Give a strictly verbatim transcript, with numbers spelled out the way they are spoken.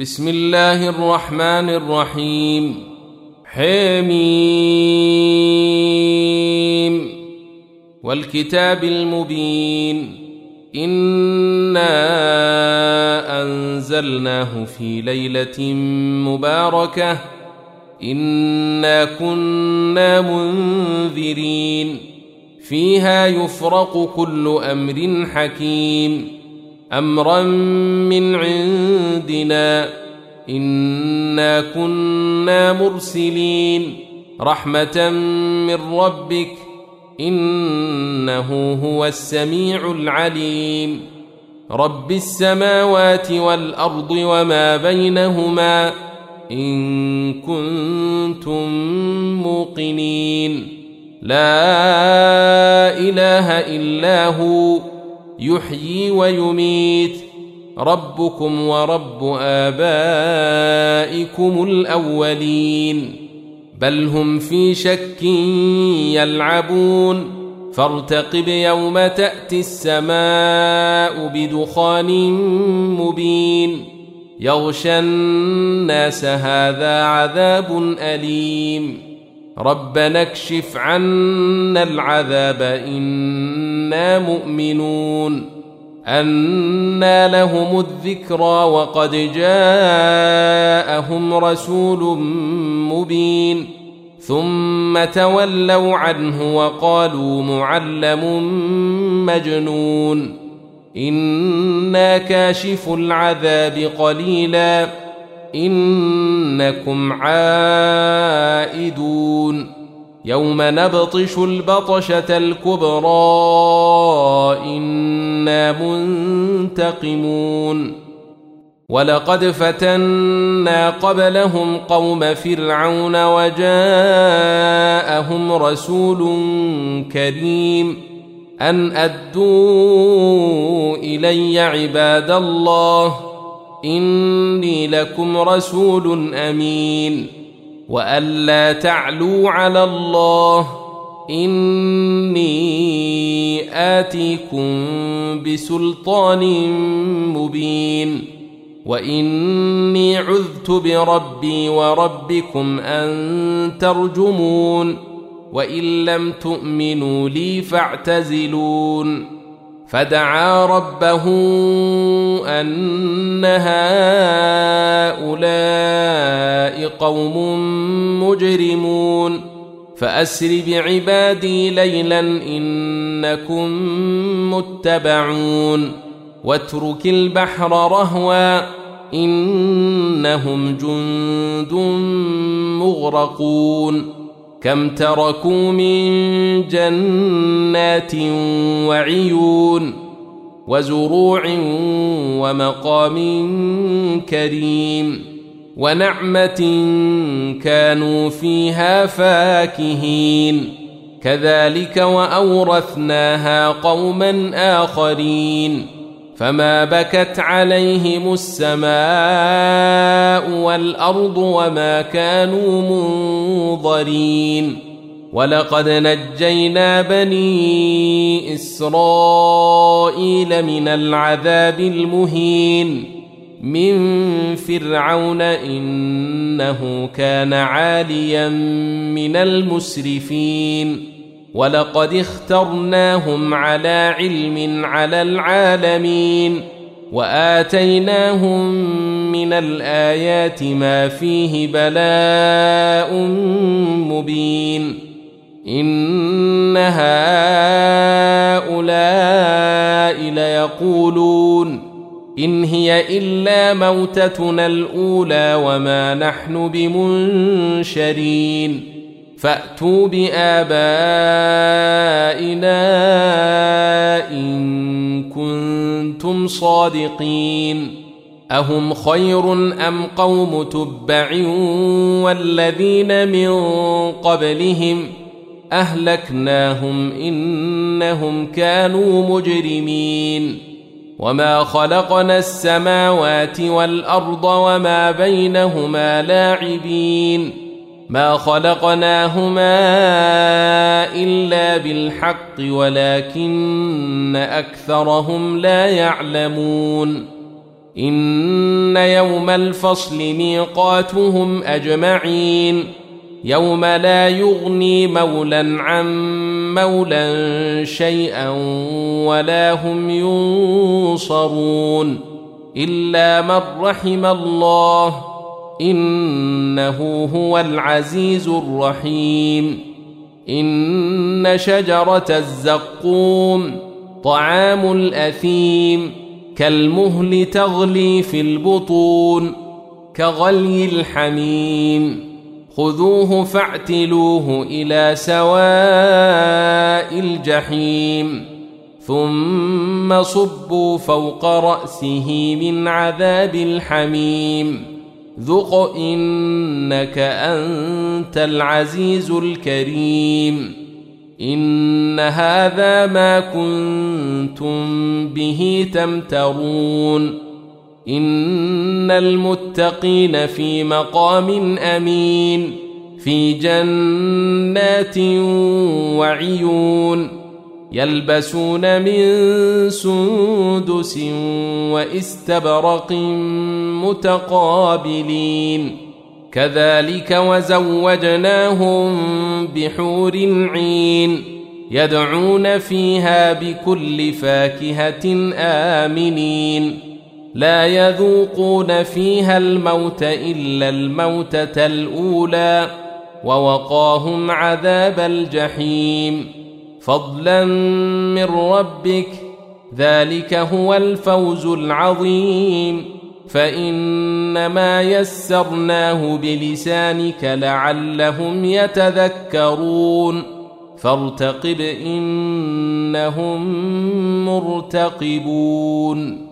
بسم الله الرحمن الرحيم. حميم والكتاب المبين إنا أنزلناه في ليلة مباركة إنا كنا منذرين فيها يفرق كل أمر حكيم أمرا من عندنا إنا كنا مرسلين رحمة من ربك إنه هو السميع العليم رب السماوات والأرض وما بينهما إن كنتم موقنين لا إله إلا هو يحيي ويميت ربكم ورب آبائكم الأولين بل هم في شك يلعبون فارتقب يوم تأتي السماء بدخان مبين يغشى الناس هذا عذاب أليم ربنا اكشف عنا العذاب إنا مؤمنون أنى لهم الذكرى وقد جاءهم رسول مبين ثم تولوا عنه وقالوا معلم مجنون إنا كاشف العذاب قليلا إنكم عائدون يوم نبطش البطشة الكبرى إنا منتقمون ولقد فتنا قبلهم قوم فرعون وجاءهم رسول كريم أن أدوا إلي عباد الله إني لكم رسول أمين وألا تعلوا على الله إني آتيكم بسلطان مبين وإني عذت بربي وربكم أن ترجمون وإن لم تؤمنوا لي فاعتزلون فدعا ربه أن هؤلاء قوم مجرمون فأسر بعبادي ليلا إنكم متبعون واترك البحر رهوا إنهم جند مغرقون كم تركوا من جنات وعيون وزروع ومقام كريم ونعمة كانوا فيها فاكهين كذلك وأورثناها قوما آخرين فما بكت عليهم السماء والأرض وما كانوا منظرين ولقد نجينا بني إسرائيل من العذاب المهين من فرعون إنه كان عاليا من المسرفين ولقد اخترناهم على علم على العالمين وآتيناهم من الآيات ما فيه بلاء مبين إن هؤلاء ليقولون إن هي إلا موتتنا الأولى وما نحن بمنشرين فأتوا بآبائنا إن كنتم صادقين أهم خير أم قوم تبع والذين من قبلهم أهلكناهم إنهم كانوا مجرمين وما خلقنا السماوات والأرض وما بينهما لاعبين ما خلقناهما إلا بالحق ولكن أكثرهم لا يعلمون إن يوم الفصل ميقاتهم أجمعين يوم لا يغني مولى عن مولى شيئا ولا هم ينصرون إلا من رحم الله إنه هو العزيز الرحيم إن شجرة الزقوم طعام الأثيم كالمهل تغلي في البطون كغلي الحميم خذوه فاعتلوه إلى سواء الجحيم ثم صبوا فوق رأسه من عذاب الحميم ذق إنك أنت العزيز الكريم إن هذا ما كنتم به تمترون إن المتقين في مقام أمين في جنات وعيون يلبسون من سندس واستبرق متقابلين كذلك وزوجناهم بحور عين يدعون فيها بكل فاكهة آمنين لا يذوقون فيها الموت إلا الموتة الأولى ووقاهم عذاب الجحيم فضلا من ربك ذلك هو الفوز العظيم فإنما يسرناه بلسانك لعلهم يتذكرون فارتقب إنهم مرتقبون.